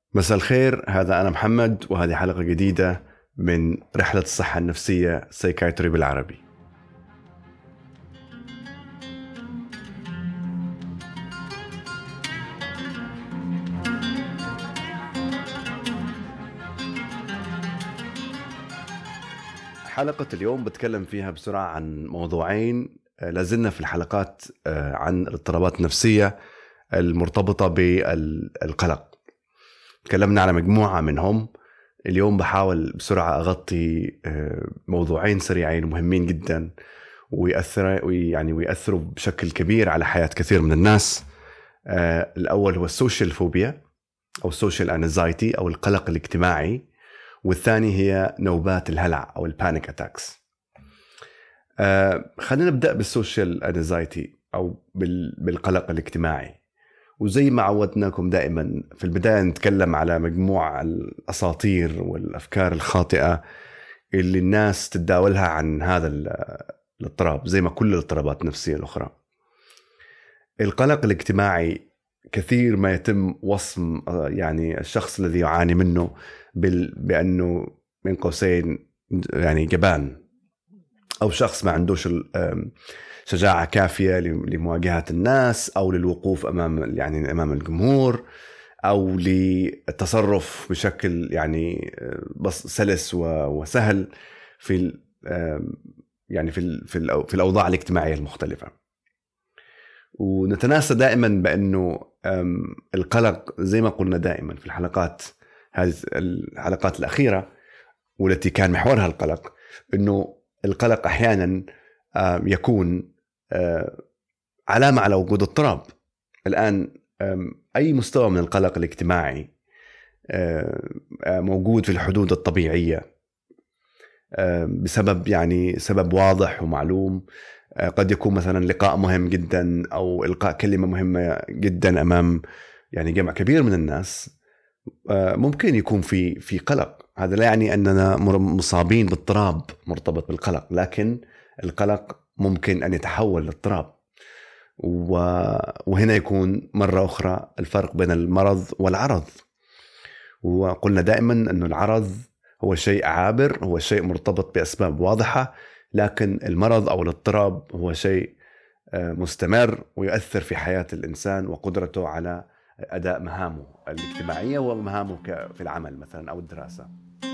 مساء الخير، هذا أنا محمد وهذه حلقة جديدة من رحلة الصحة النفسية سايكايتري بالعربي. حلقة اليوم بتكلم فيها بسرعة عن موضوعين لازلنا في الحلقات عن الاضطرابات النفسية المرتبطة بالقلق. تكلمنا على مجموعة منهم. اليوم بحاول بسرعة أغطي موضوعين سريعين مهمين جدا ويأثروا بشكل كبير على حياة كثير من الناس. الأول هو السوشيال فوبيا أو السوشيال أنزايتي أو القلق الاجتماعي، والثاني هي نوبات الهلع أو البانيك أتاكس. خلينا نبدأ بالسوشيال أنزايتي أو بالقلق الاجتماعي. وزي ما عودناكم دائما في البداية نتكلم على مجموعة الأساطير والأفكار الخاطئة اللي الناس تتداولها عن هذا الاضطراب، زي ما كل الاضطرابات النفسية الأخرى. القلق الاجتماعي كثير ما يتم وصم يعني الشخص الذي يعاني منه بأنه من قوسين يعني جبان، أو شخص ما عندوش شجاعة كافية لمواجهة الناس أو للوقوف أمام الجمهور، أو للتصرف بشكل بس سلس وسهل في في الأوضاع الاجتماعية المختلفة. ونتناسى دائما بأنه القلق زي ما قلنا دائما في هذه الحلقات الأخيرة والتي كان محورها القلق، أنه القلق أحيانا يكون علامة على وجود اضطراب. الآن أي مستوى من القلق الاجتماعي موجود في الحدود الطبيعية بسبب سبب واضح ومعلوم. قد يكون مثلا لقاء مهم جدا أو إلقاء كلمة مهمة جدا أمام جمع كبير من الناس، ممكن يكون في قلق. هذا لا يعني أننا مصابين باضطراب مرتبط بالقلق، لكن القلق ممكن أن يتحول لاضطراب. وهنا يكون مرة أخرى الفرق بين المرض والعرض. وقلنا دائما أن العرض هو شيء عابر، هو شيء مرتبط بأسباب واضحة، لكن المرض أو الاضطراب هو شيء مستمر ويؤثر في حياة الإنسان وقدرته على أداء مهامه الاجتماعية ومهامه في العمل مثلا أو الدراسة.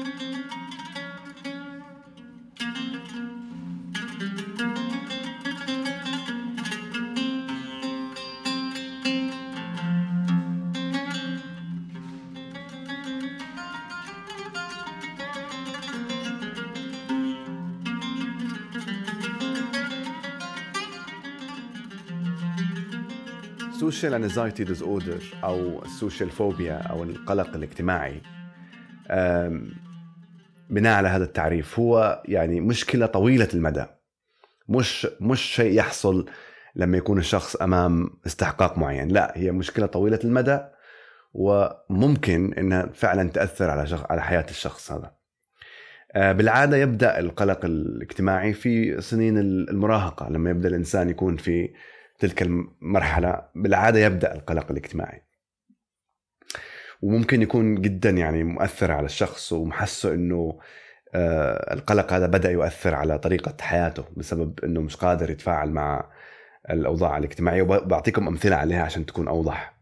Social Anxiety Disorder أو Social Phobia أو القلق الاجتماعي، بناء على هذا التعريف هو مشكلة طويلة المدى، مش شيء يحصل لما يكون الشخص أمام استحقاق معين. لا، هي مشكلة طويلة المدى وممكن إنها فعلا تأثر على حياة الشخص هذا. بالعادة يبدأ القلق الاجتماعي في سنين المراهقة. لما يبدأ الإنسان يكون في تلك المرحلة بالعادة يبدأ القلق الاجتماعي، وممكن يكون جدا مؤثر على الشخص ومحسه إنه القلق هذا بدأ يؤثر على طريقة حياته بسبب إنه مش قادر يتفاعل مع الأوضاع الاجتماعية. وبعطيكم أمثلة عليها عشان تكون أوضح.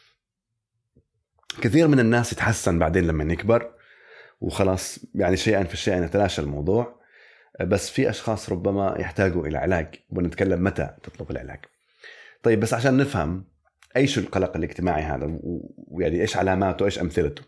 كثير من الناس يتحسن بعدين لما يكبر وخلاص شيئا فشيئا يتلاشى الموضوع، بس في أشخاص ربما يحتاجوا إلى علاج، ونتكلم متى تطلب العلاج. طيب، بس عشان نفهم ايش القلق الاجتماعي هذا ايش علاماته، ايش امثلته.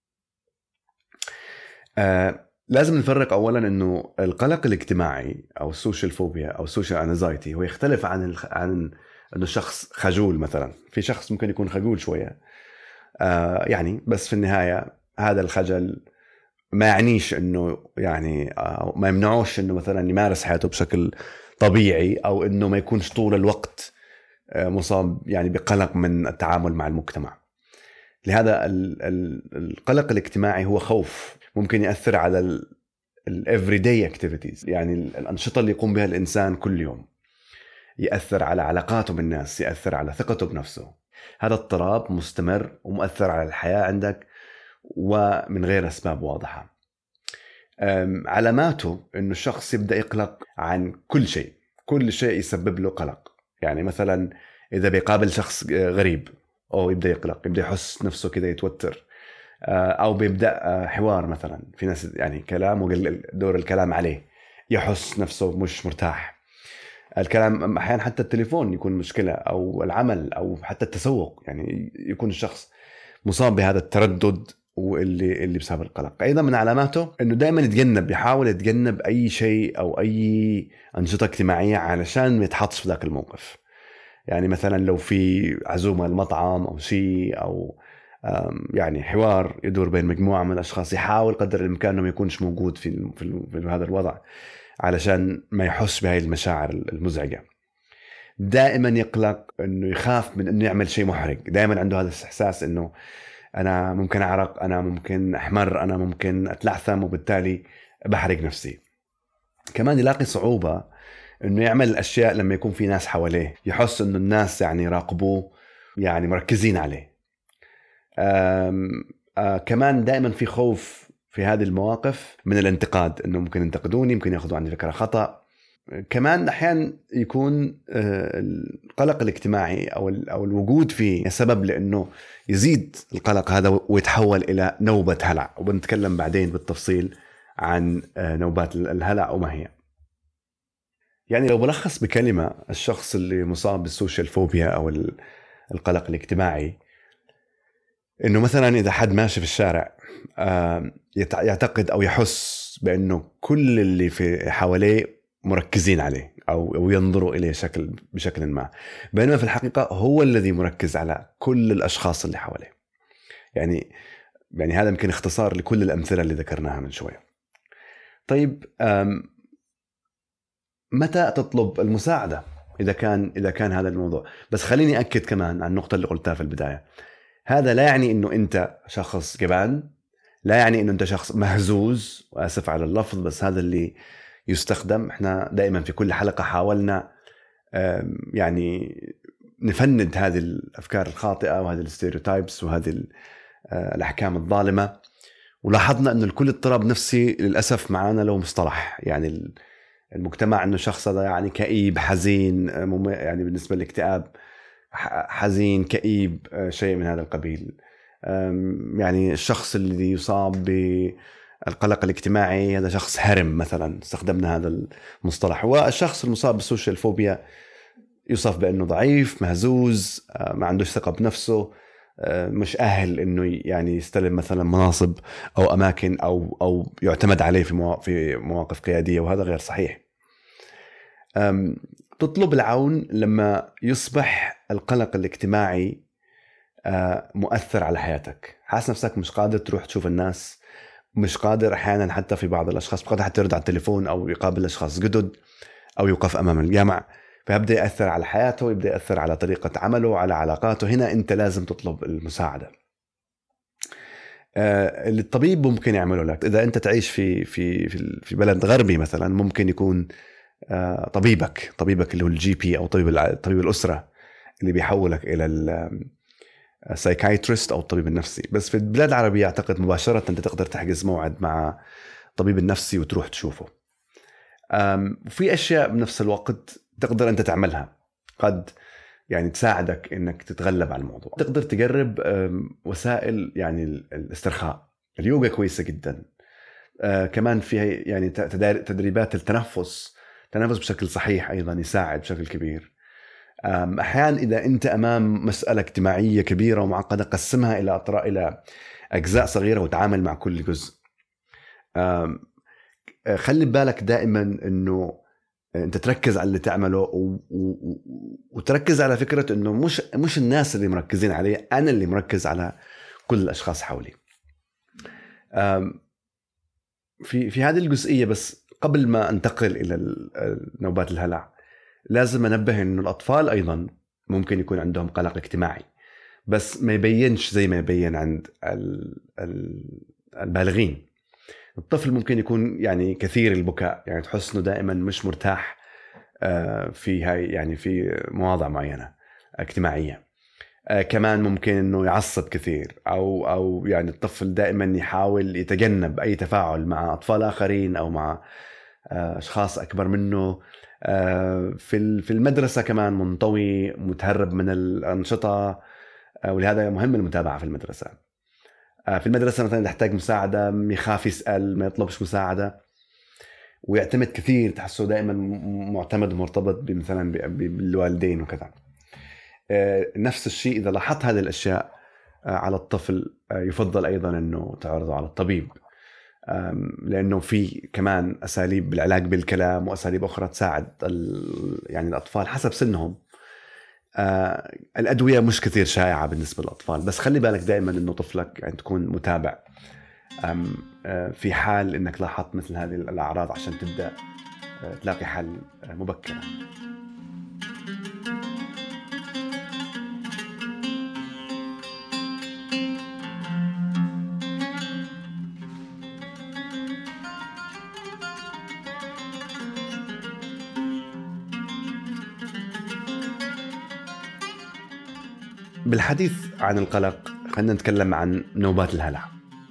لازم نفرق اولا انه القلق الاجتماعي او السوشيال فوبيا او السوشيال انزايتي هو يختلف عن انه شخص خجول. مثلا في شخص ممكن يكون خجول شوية، بس في النهاية هذا الخجل ما يعنيش انه ما يمنعوش انه مثلا يمارس حياته بشكل طبيعي، او انه ما يكونش طول الوقت مصاب بقلق من التعامل مع المجتمع. لهذا القلق الاجتماعي هو خوف ممكن يأثر على ال everyday activities، الأنشطة اللي يقوم بها الإنسان كل يوم، يأثر على علاقاته بالناس، يأثر على ثقته بنفسه. هذا اضطراب مستمر ومؤثر على الحياة عندك ومن غير أسباب واضحة. علاماته إنه الشخص يبدأ يقلق عن كل شيء يسبب له قلق. يعني مثلا إذا بيقابل شخص غريب أو يبدأ يقلق، يبدأ يحس نفسه كده يتوتر، أو بيبدأ حوار مثلا في ناس يعني كلام وقل دور الكلام عليه يحس نفسه مش مرتاح. الكلام أحيانا حتى التليفون يكون مشكلة، أو العمل، أو حتى التسوق، يعني يكون الشخص مصاب بهذا التردد واللي بسبب القلق. أيضا من علاماته أنه دائما يحاول يتجنب أي شيء أو أي أنشطة اجتماعية علشان ما يتحطش في ذاك الموقف. يعني مثلا لو في عزومة المطعم أو شيء، أو يعني حوار يدور بين مجموعة من الأشخاص، يحاول قدر الإمكان أنه ما يكونش موجود في هذا الوضع علشان ما يحس بهاي المشاعر المزعجة. دائما يقلق أنه يخاف من أنه يعمل شيء محرج، دائما عنده هذا الإحساس أنه أنا ممكن أعرق، أنا ممكن أحمر، أنا ممكن أتلعثم، وبالتالي بحرق نفسي. كمان يلاقي صعوبة أنه يعمل الأشياء لما يكون في ناس حواليه، يحس أنه الناس يعني راقبوه، يعني مركزين عليه. كمان دائما في خوف في هذه المواقف من الانتقاد، أنه ممكن ينتقدوني، ممكن يأخذوا عني فكرة خطأ. كمان أحيانا يكون القلق الاجتماعي أو الوجود فيه سبب لأنه يزيد القلق هذا ويتحول إلى نوبة هلع، وبنتكلم بعدين بالتفصيل عن نوبات الهلع وما هي. يعني لو بلخص بكلمة، الشخص اللي مصاب بالسوشيال فوبيا أو القلق الاجتماعي، إنه مثلا إذا حد ماشي في الشارع يعتقد أو يحس بأنه كل اللي في حواليه مركزين عليه أو ينظروا إليه بشكل ما، بينما في الحقيقة هو الذي مركز على كل الأشخاص اللي حواليه. يعني هذا يمكن اختصار لكل الأمثلة اللي ذكرناها من شوية. طيب متى تطلب المساعدة إذا كان هذا الموضوع؟ بس خليني أكد كمان عن النقطة اللي قلتها في البداية، هذا لا يعني إنه أنت شخص جبان، لا يعني إنه أنت شخص مهزوز، وآسف على اللفظ بس هذا اللي يستخدم. احنا دائما في كل حلقة حاولنا يعني نفند هذه الأفكار الخاطئة وهذه الستيريوتايبس وهذه الأحكام الظالمة، ولاحظنا أنه الكل اضطراب نفسي للأسف معانا له مصطلح. يعني المجتمع أنه شخص هذا يعني كئيب، حزين، يعني بالنسبة للاكتئاب حزين، كئيب، شيء من هذا القبيل. يعني الشخص اللي يصاب بالقلق الاجتماعي هذا شخص هرم مثلا، استخدمنا هذا المصطلح. والشخص المصاب بالسوشيال فوبيا يوصف بأنه ضعيف، مهزوز، ما عندوش ثقة بنفسه، مش أهل إنه يعني يستلم مثلا مناصب أو أماكن أو يعتمد عليه في مواقف قيادية، وهذا غير صحيح. تطلب العون لما يصبح القلق الاجتماعي مؤثر على حياتك، حاس نفسك مش قادر تروح تشوف الناس، مش قادر أحيانا حتى في بعض الأشخاص قادر حتى يرد على التليفون أو يقابل أشخاص جدد أو يوقف أمام الجامع، فيبدأ يأثر على حياته، يبدأ يأثر على طريقة عمله، على علاقاته. هنا أنت لازم تطلب المساعدة. اللي الطبيب ممكن يعمله لك إذا أنت تعيش في بلد غربي مثلا، ممكن يكون طبيبك اللي هو الجي بي أو طبيب الأسرة اللي بيحولك إلى السايكايتريست أو الطبيب النفسي. بس في البلاد العربية أعتقد مباشرة أنت تقدر تحجز موعد مع طبيب النفسي وتروح تشوفه. وفي أشياء بنفس الوقت تقدر أنت تعملها قد يعني تساعدك إنك تتغلب على الموضوع. تقدر تجرب وسائل يعني الاسترخاء، اليوغا كويسة جدا. كمان فيها يعني تدريبات التنفس بشكل صحيح أيضا يساعد بشكل كبير. أحيانا إذا أنت أمام مسألة اجتماعية كبيرة ومعقدة، قسمها إلى أجزاء صغيرة وتعامل مع كل جزء. خلي بالك دائما أنه أنت تركز على اللي تعمله وتركز على فكرة أنه مش الناس اللي مركزين عليه، أنا اللي مركز على كل الأشخاص حولي. في هذه الجزئية بس قبل ما أنتقل إلى نوبات الهلع، لازم أنبه أنه الأطفال أيضا ممكن يكون عندهم قلق اجتماعي، بس ما يبينش زي ما يبين عند البالغين. الطفل ممكن يكون يعني كثير البكاء، يعني تحس إنه دائما مش مرتاح في هاي يعني في مواضع معينة اجتماعية. كمان ممكن انه يعصب كثير، او يعني الطفل دائما يحاول يتجنب اي تفاعل مع اطفال اخرين او مع اشخاص اكبر منه. في المدرسة كمان منطوي، متهرب من الأنشطة، ولهذا مهم المتابعة في المدرسة. في المدرسة مثلا إذا احتاج مساعدة يخاف يسأل، ما يطلبش مساعدة، ويعتمد كثير، تحسه دائما معتمد ومرتبط مثلا بالوالدين وكذا. نفس الشيء إذا لاحظت هذه الأشياء على الطفل، يفضل أيضا أنه تعرضه على الطبيب، لأنه في كمان أساليب بالعلاج بالكلام وأساليب أخرى تساعد يعني الأطفال حسب سنهم. الأدوية مش كثير شائعة بالنسبة للأطفال، بس خلي بالك دائما أنه طفلك يعني تكون متابع في حال أنك لاحظت مثل هذه الأعراض عشان تبدأ تلاقي حل مبكرا. بالحديث عن القلق خلينا نتكلم عن نوبات الهلع.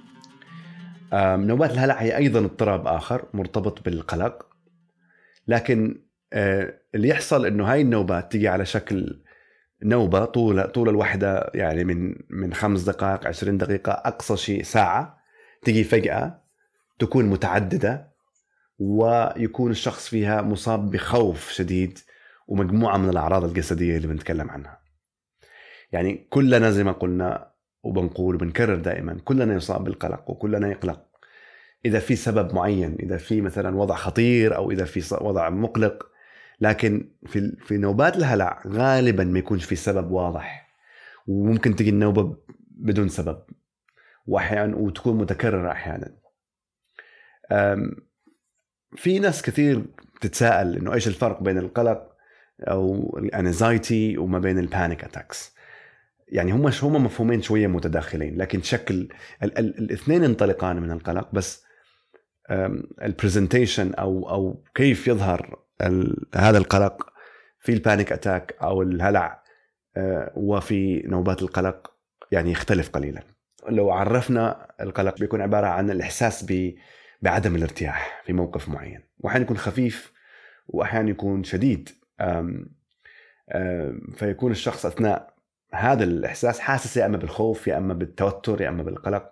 نوبات الهلع هي أيضا اضطراب آخر مرتبط بالقلق، لكن اللي يحصل إنه هاي النوبات تيجي على شكل نوبة طول الوحدة، يعني من 5 دقائق 20 دقيقة أقصى شيء ساعة، تيجي فجأة، تكون متعددة، ويكون الشخص فيها مصاب بخوف شديد ومجموعة من الأعراض الجسدية اللي بنتكلم عنها. يعني كلنا زي ما قلنا وبنقول وبنكرر دائما، كلنا يصاب بالقلق وكلنا يقلق إذا في سبب معين، إذا في مثلا وضع خطير أو إذا في وضع مقلق. لكن في نوبات الهلع غالبا ما يكونش في سبب واضح، وممكن تجي النوبة بدون سبب، وأحيانا وتكون متكررة أحيانا. في ناس كثير تتساءل إنه إيش الفرق بين القلق أو الانكزايتي وما بين البانيك أتاكس. يعني هم مفهومين شوية متداخلين، لكن شكل الاثنين ينطلقان من القلق، بس البرزنتيشن أو كيف يظهر هذا القلق في البانيك أتاك أو الهلع وفي نوبات القلق يعني يختلف قليلا. لو عرفنا القلق بيكون عبارة عن الإحساس بعدم الارتياح في موقف معين، وأحيانا يكون خفيف وأحيانا يكون شديد. فيكون الشخص أثناء هذا الإحساس حاسس يا أما بالخوف يا أما بالتوتر يا أما بالقلق.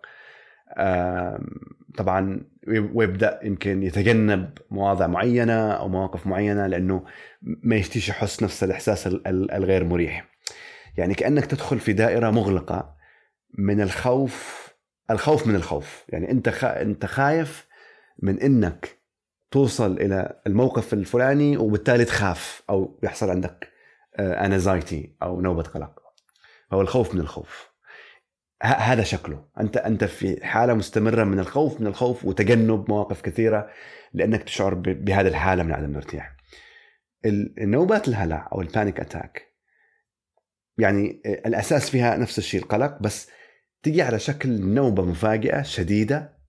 طبعا ويبدأ يمكن يتجنب مواضع معينة أو مواقف معينة لأنه ما يشتيش يحس نفس الإحساس الغير مريح. يعني كأنك تدخل في دائرة مغلقة من الخوف من الخوف. يعني أنت خايف من إنك توصل إلى الموقف الفلاني وبالتالي تخاف أو يحصل عندك انكزايتي أو نوبة قلق، هو الخوف من الخوف. هذا شكله أنت في حالة مستمرة من الخوف وتجنب مواقف كثيرة لأنك تشعر بهذه الحالة من عدم الارتياح. النوبات الهلع أو البانيك أتاك يعني الأساس فيها نفس الشيء القلق، بس تيجي على شكل نوبة مفاجئة شديدة،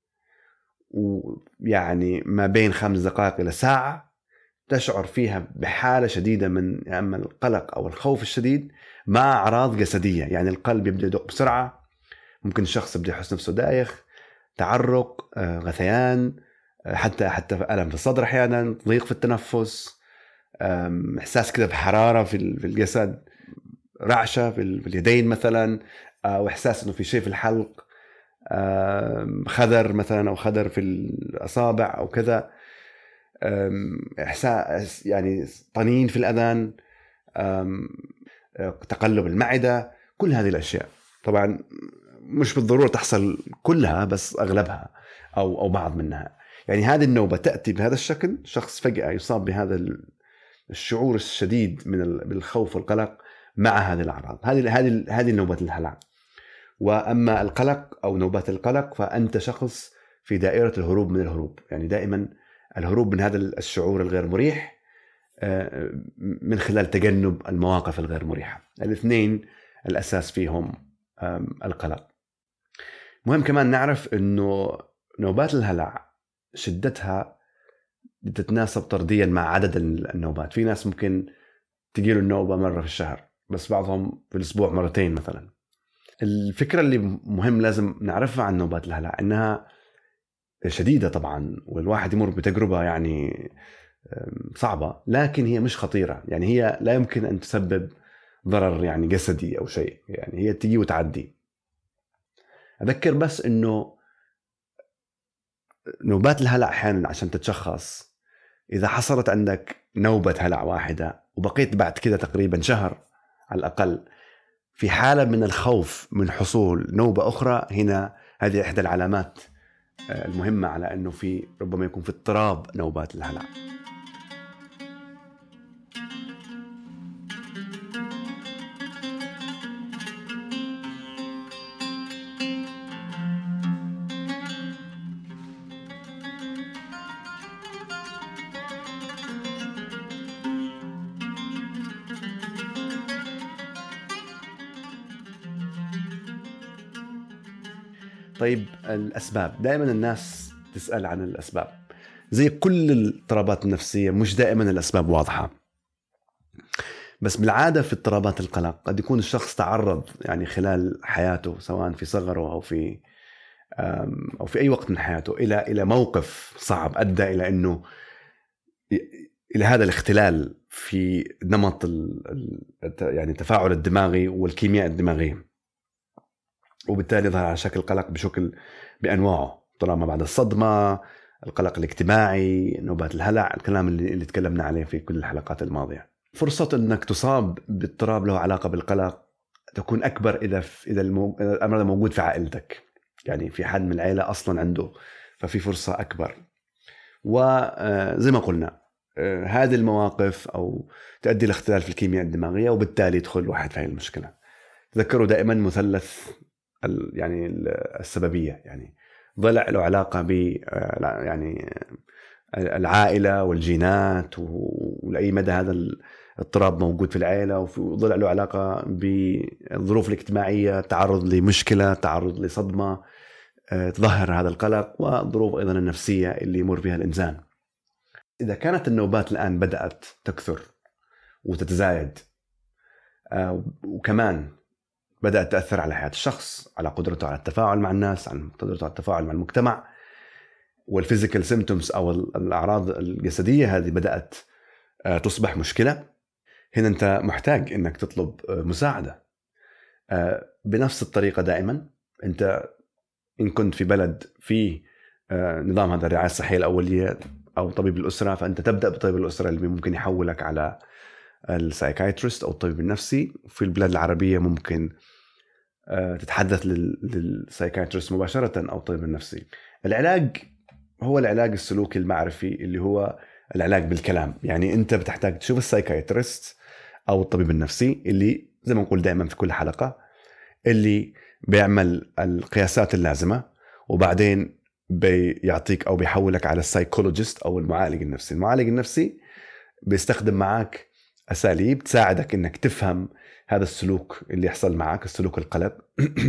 ويعني ما بين 5 دقائق إلى ساعة تشعر فيها بحالة شديدة من أما القلق أو الخوف الشديد مع أعراض جسدية. يعني القلب يبدأ يدق بسرعة، ممكن الشخص يبدأ يحس نفسه دايخ، تعرق، غثيان، حتى ألم في الصدر، أحيانا ضيق في التنفس، إحساس كده بحرارة في الجسد، رعشة في اليدين مثلا، وإحساس إنه في شيء في الحلق، خدر مثلا أو خدر في الأصابع أو كذا، إحساس يعني طنين في الأذان، تقلب المعدة. كل هذه الأشياء طبعا مش بالضرورة تحصل كلها، بس أغلبها أو بعض منها. يعني هذه النوبة تأتي بهذا الشكل، شخص فجأة يصاب بهذا الشعور الشديد بالخوف والقلق مع هذه الأعراض. هذه نوبة الهلع. وأما القلق أو نوبات القلق فأنت شخص في دائرة الهروب من الهروب، يعني دائما الهروب من هذا الشعور الغير مريح من خلال تجنب المواقف الغير مريحة. الاثنين الأساس فيهم القلق. مهم كمان نعرف أنه نوبات الهلع شدتها تتناسب طرديا مع عدد النوبات. في ناس ممكن تجيله النوبة مرة في الشهر، بس بعضهم في الأسبوع مرتين مثلا. الفكرة اللي مهم لازم نعرفها عن نوبات الهلع إنها شديدة طبعا، والواحد يمر بتجربة يعني صعبة، لكن هي مش خطيرة. يعني هي لا يمكن أن تسبب ضرر يعني جسدي أو شيء، يعني هي تيجي وتعدي. أذكر بس إنه نوبات الهلع أحيانا عشان تتشخص، إذا حصلت عندك نوبة هلع واحدة وبقيت بعد كده تقريبا شهر على الأقل في حالة من الخوف من حصول نوبة أخرى، هنا هذه إحدى العلامات المهمة على أنه في ربما يكون في اضطراب نوبات الهلع. طيب الأسباب، دائما الناس تسأل عن الأسباب. زي كل الاضطرابات النفسية مش دائما الأسباب واضحة، بس بالعادة في اضطرابات القلق قد يكون الشخص تعرض يعني خلال حياته سواء في صغره أو في أي وقت من حياته إلى موقف صعب أدى إلى أنه إلى هذا الاختلال في نمط يعني التفاعل الدماغي والكيمياء الدماغية، وبالتالي ظهر على شكل قلق بأنواعه، طالما بعد الصدمة، القلق الاجتماعي، نوبات الهلع، الكلام اللي تكلمنا عليه في كل الحلقات الماضية. فرصة أنك تصاب باضطراب له علاقة بالقلق تكون أكبر إذا الأمر موجود في عائلتك، يعني في حد من العائلة أصلا عنده، ففي فرصة أكبر. وزي ما قلنا هذه المواقف أو تؤدي لاختلال في الكيمياء الدماغية، وبالتالي يدخل الواحد في هذه المشكلة. تذكروا دائما مثلث يعني السببية، يعني ضلع له علاقة ب يعني العائلة والجينات، ولأي مدى هذا الاضطراب موجود في العائلة، وضلع له علاقة بالظروف الاجتماعية، تعرض لمشكلة، تعرض لصدمة تظهر هذا القلق، والظروف أيضا النفسية اللي يمر بها الإنسان. إذا كانت النوبات الآن بدأت تكثر وتتزايد، وكمان بدأت تأثر على حياة الشخص، على قدرته على التفاعل مع الناس، على قدرته على التفاعل مع المجتمع، والفيزيكال سيمتومز أو الأعراض الجسدية هذه بدأت تصبح مشكلة، هنا أنت محتاج أنك تطلب مساعدة. بنفس الطريقة دائما أنت إن كنت في بلد فيه نظام هذا الرعاية الصحية الأولية أو طبيب الأسرة، فأنت تبدأ بطبيب الأسرة اللي ممكن يحولك على السايكايترست أو الطبيب النفسي. في البلاد العربية ممكن تتحدث للسايكايترست مباشرة أو الطبيب النفسي. العلاج هو العلاج السلوكي المعرفي اللي هو العلاج بالكلام، يعني أنت بتحتاج تشوف السايكايترست أو الطبيب النفسي اللي زي ما نقول دائما في كل حلقة اللي بيعمل القياسات اللازمة، وبعدين بيعطيك أو بيحولك على السايكولوجيست أو المعالج النفسي. المعالج النفسي بيستخدم معك أساليب تساعدك إنك تفهم هذا السلوك اللي يحصل معك، السلوك القلق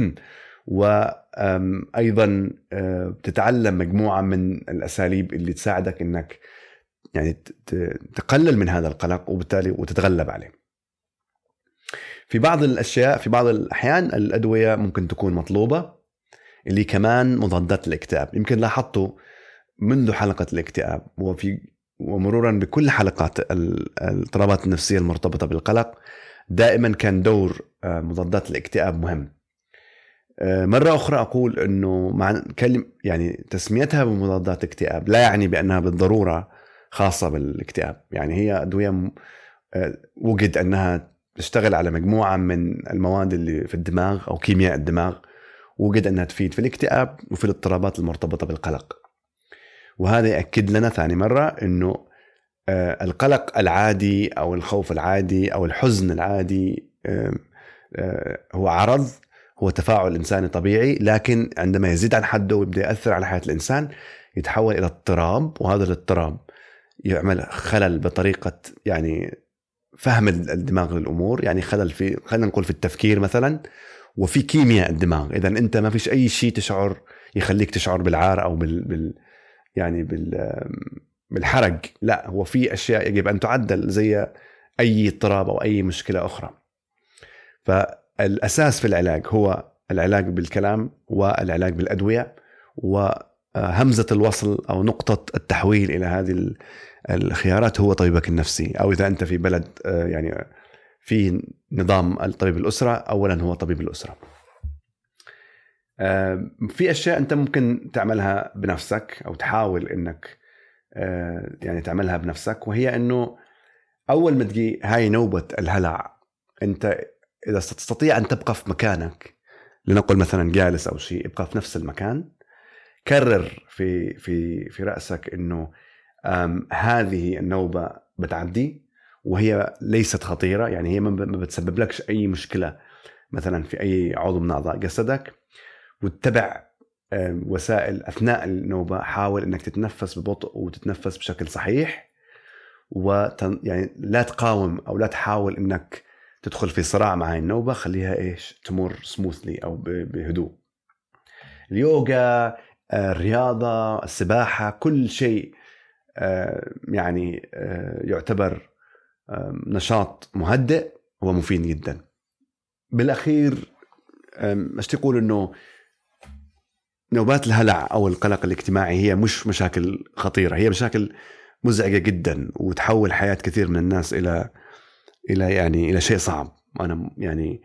وأيضا بتتعلم مجموعة من الأساليب اللي تساعدك إنك يعني تقلل من هذا القلق وبالتالي وتتغلب عليه. في بعض الأشياء في بعض الأحيان الأدوية ممكن تكون مطلوبة، اللي كمان مضادات الاكتئاب. يمكن لاحظتوا منذ حلقة الاكتئاب ومرورا بكل حلقات الاضطرابات النفسية المرتبطة بالقلق دائما كان دور مضادات الاكتئاب مهم. مرة أخرى أقول أنه مع يعني تسميتها بمضادات اكتئاب لا يعني بأنها بالضرورة خاصة بالاكتئاب. يعني هي أدوية وجد أنها تشتغل على مجموعة من المواد اللي في الدماغ أو كيمياء الدماغ، وجد أنها تفيد في الاكتئاب وفي الاضطرابات المرتبطة بالقلق. وهذا يأكد لنا ثاني مرة أنه القلق العادي أو الخوف العادي أو الحزن العادي هو عرض، هو تفاعل إنساني طبيعي، لكن عندما يزيد عن حده ويبدأ يأثر على حياة الإنسان يتحول إلى اضطراب، وهذا الاضطراب يعمل خلل بطريقة يعني فهم الدماغ للأمور، يعني خلل في خلينا نقول في التفكير مثلا وفي كيمياء الدماغ. إذا أنت ما فيش أي شيء يخليك تشعر بالعار أو يعني بالحرج، لا، هو في أشياء يجب أن تعدل زي أي اضطراب أو أي مشكلة أخرى. فالأساس في العلاج هو العلاج بالكلام والعلاج بالأدوية، وهمزة الوصل أو نقطة التحويل إلى هذه الخيارات هو طبيبك النفسي، أو إذا أنت في بلد يعني في نظام الطبيب الأسرة، أولا هو طبيب الأسرة. في أشياء أنت ممكن تعملها بنفسك أو تحاول أنك يعني تعملها بنفسك، وهي أنه أول ما تجي هاي نوبة الهلع، أنت إذا تستطيع أن تبقى في مكانك، لنقل مثلا جالس أو شيء، ابقى في نفس المكان، كرر في رأسك أنه هذه النوبة بتعدي وهي ليست خطيرة، يعني هي ما بتسبب لكش أي مشكلة مثلا في أي عضو من أعضاء جسدك، وتتبع وسائل أثناء النوبة. حاول أنك تتنفس ببطء وتتنفس بشكل صحيح، يعني لا تقاوم أو لا تحاول أنك تدخل في صراع مع النوبة، خليها تمر سموثلي أو بهدوء. اليوغا، الرياضة، السباحة، كل شيء يعني يعتبر نشاط مهدئ ومفيد جدا. بالأخير مش تقول أنه نوبات الهلع أو القلق الاجتماعي هي مش مشاكل خطيرة، هي مشاكل مزعجة جدا وتحول حياة كثير من الناس إلى شيء صعب. أنا يعني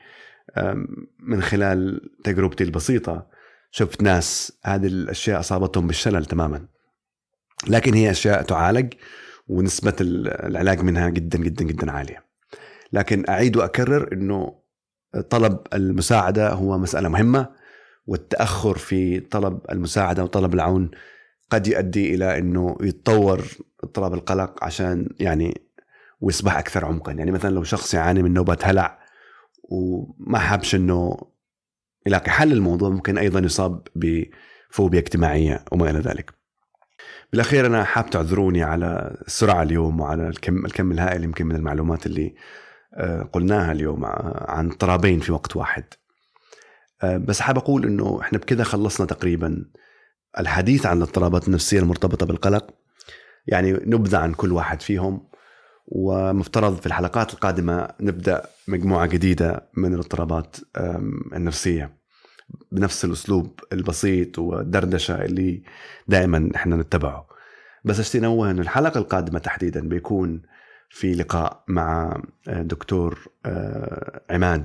من خلال تجربتي البسيطة شفت ناس هذه الأشياء أصابتهم بالشلل تماما، لكن هي أشياء تعالج ونسبة العلاج منها جدا جدا جدا عالية. لكن أعيد وأكرر أنه طلب المساعدة هو مسألة مهمة، والتأخر في طلب المساعدة وطلب العون قد يؤدي إلى أنه يتطور اضطراب القلق عشان يعني ويصبح أكثر عمقا. يعني مثلا لو شخص يعاني من نوبة هلع وما حابش أنه يلاقي حل الموضوع، ممكن أيضا يصاب بفوبيا اجتماعية وما إلى ذلك. بالأخير أنا حاب تعذروني على السرعة اليوم وعلى الكم الهائل يمكن من المعلومات اللي قلناها اليوم عن اضطرابين في وقت واحد، بس حاب أقول أنه إحنا بكذا خلصنا تقريبا الحديث عن الاضطرابات النفسية المرتبطة بالقلق، يعني نبذة عن كل واحد فيهم، ومفترض في الحلقات القادمة نبدأ مجموعة جديدة من الاضطرابات النفسية بنفس الأسلوب البسيط والدردشة اللي دائما إحنا نتبعه. بس أشتنوه أن الحلقة القادمة تحديدا بيكون في لقاء مع دكتور عماد،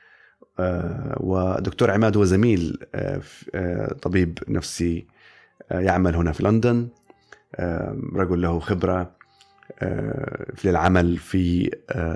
ودكتور عماد هو زميل طبيب نفسي يعمل هنا في لندن، رجل له خبرة في العمل في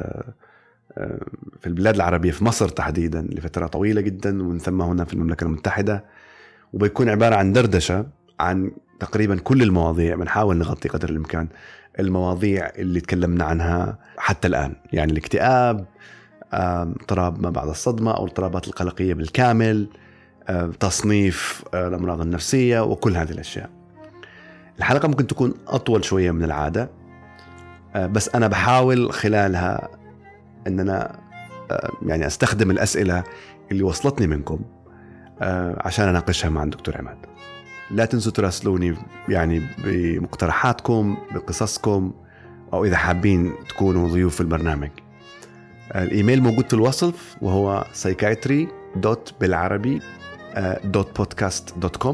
البلاد العربية، في مصر تحديدا لفترة طويلة جدا، ومن ثم هنا في المملكة المتحدة. وبيكون عبارة عن دردشة عن تقريبا كل المواضيع، بنحاول نغطي قدر الإمكان المواضيع اللي تكلمنا عنها حتى الآن، يعني الاكتئاب، اضطراب ما بعد الصدمة أو الاضطرابات القلقية بالكامل، تصنيف الأمراض النفسية، وكل هذه الأشياء. الحلقة ممكن تكون أطول شوية من العادة، بس أنا بحاول خلالها أننا يعني أستخدم الأسئلة اللي وصلتني منكم عشان أناقشها مع الدكتور عماد. لا تنسوا تراسلوني يعني بمقترحاتكم، بقصصكم، أو إذا حابين تكونوا ضيوف في البرنامج. الإيميل موجود في الوصف، وهو psychiatry.بالعربي.podcast.com،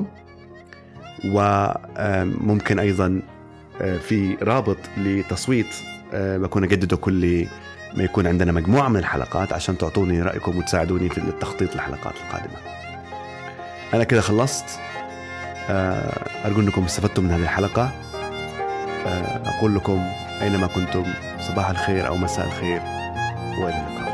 وممكن أيضا في رابط لتصويت بكون أجدده كل ما يكون عندنا مجموعة من الحلقات عشان تعطوني رأيكم وتساعدوني في التخطيط للحلقات القادمة. أنا كده خلصت، أرجو أنكم استفدتم من هذه الحلقة. أقول لكم أينما كنتم صباح الخير أو مساء الخير، وإلى اللقاء.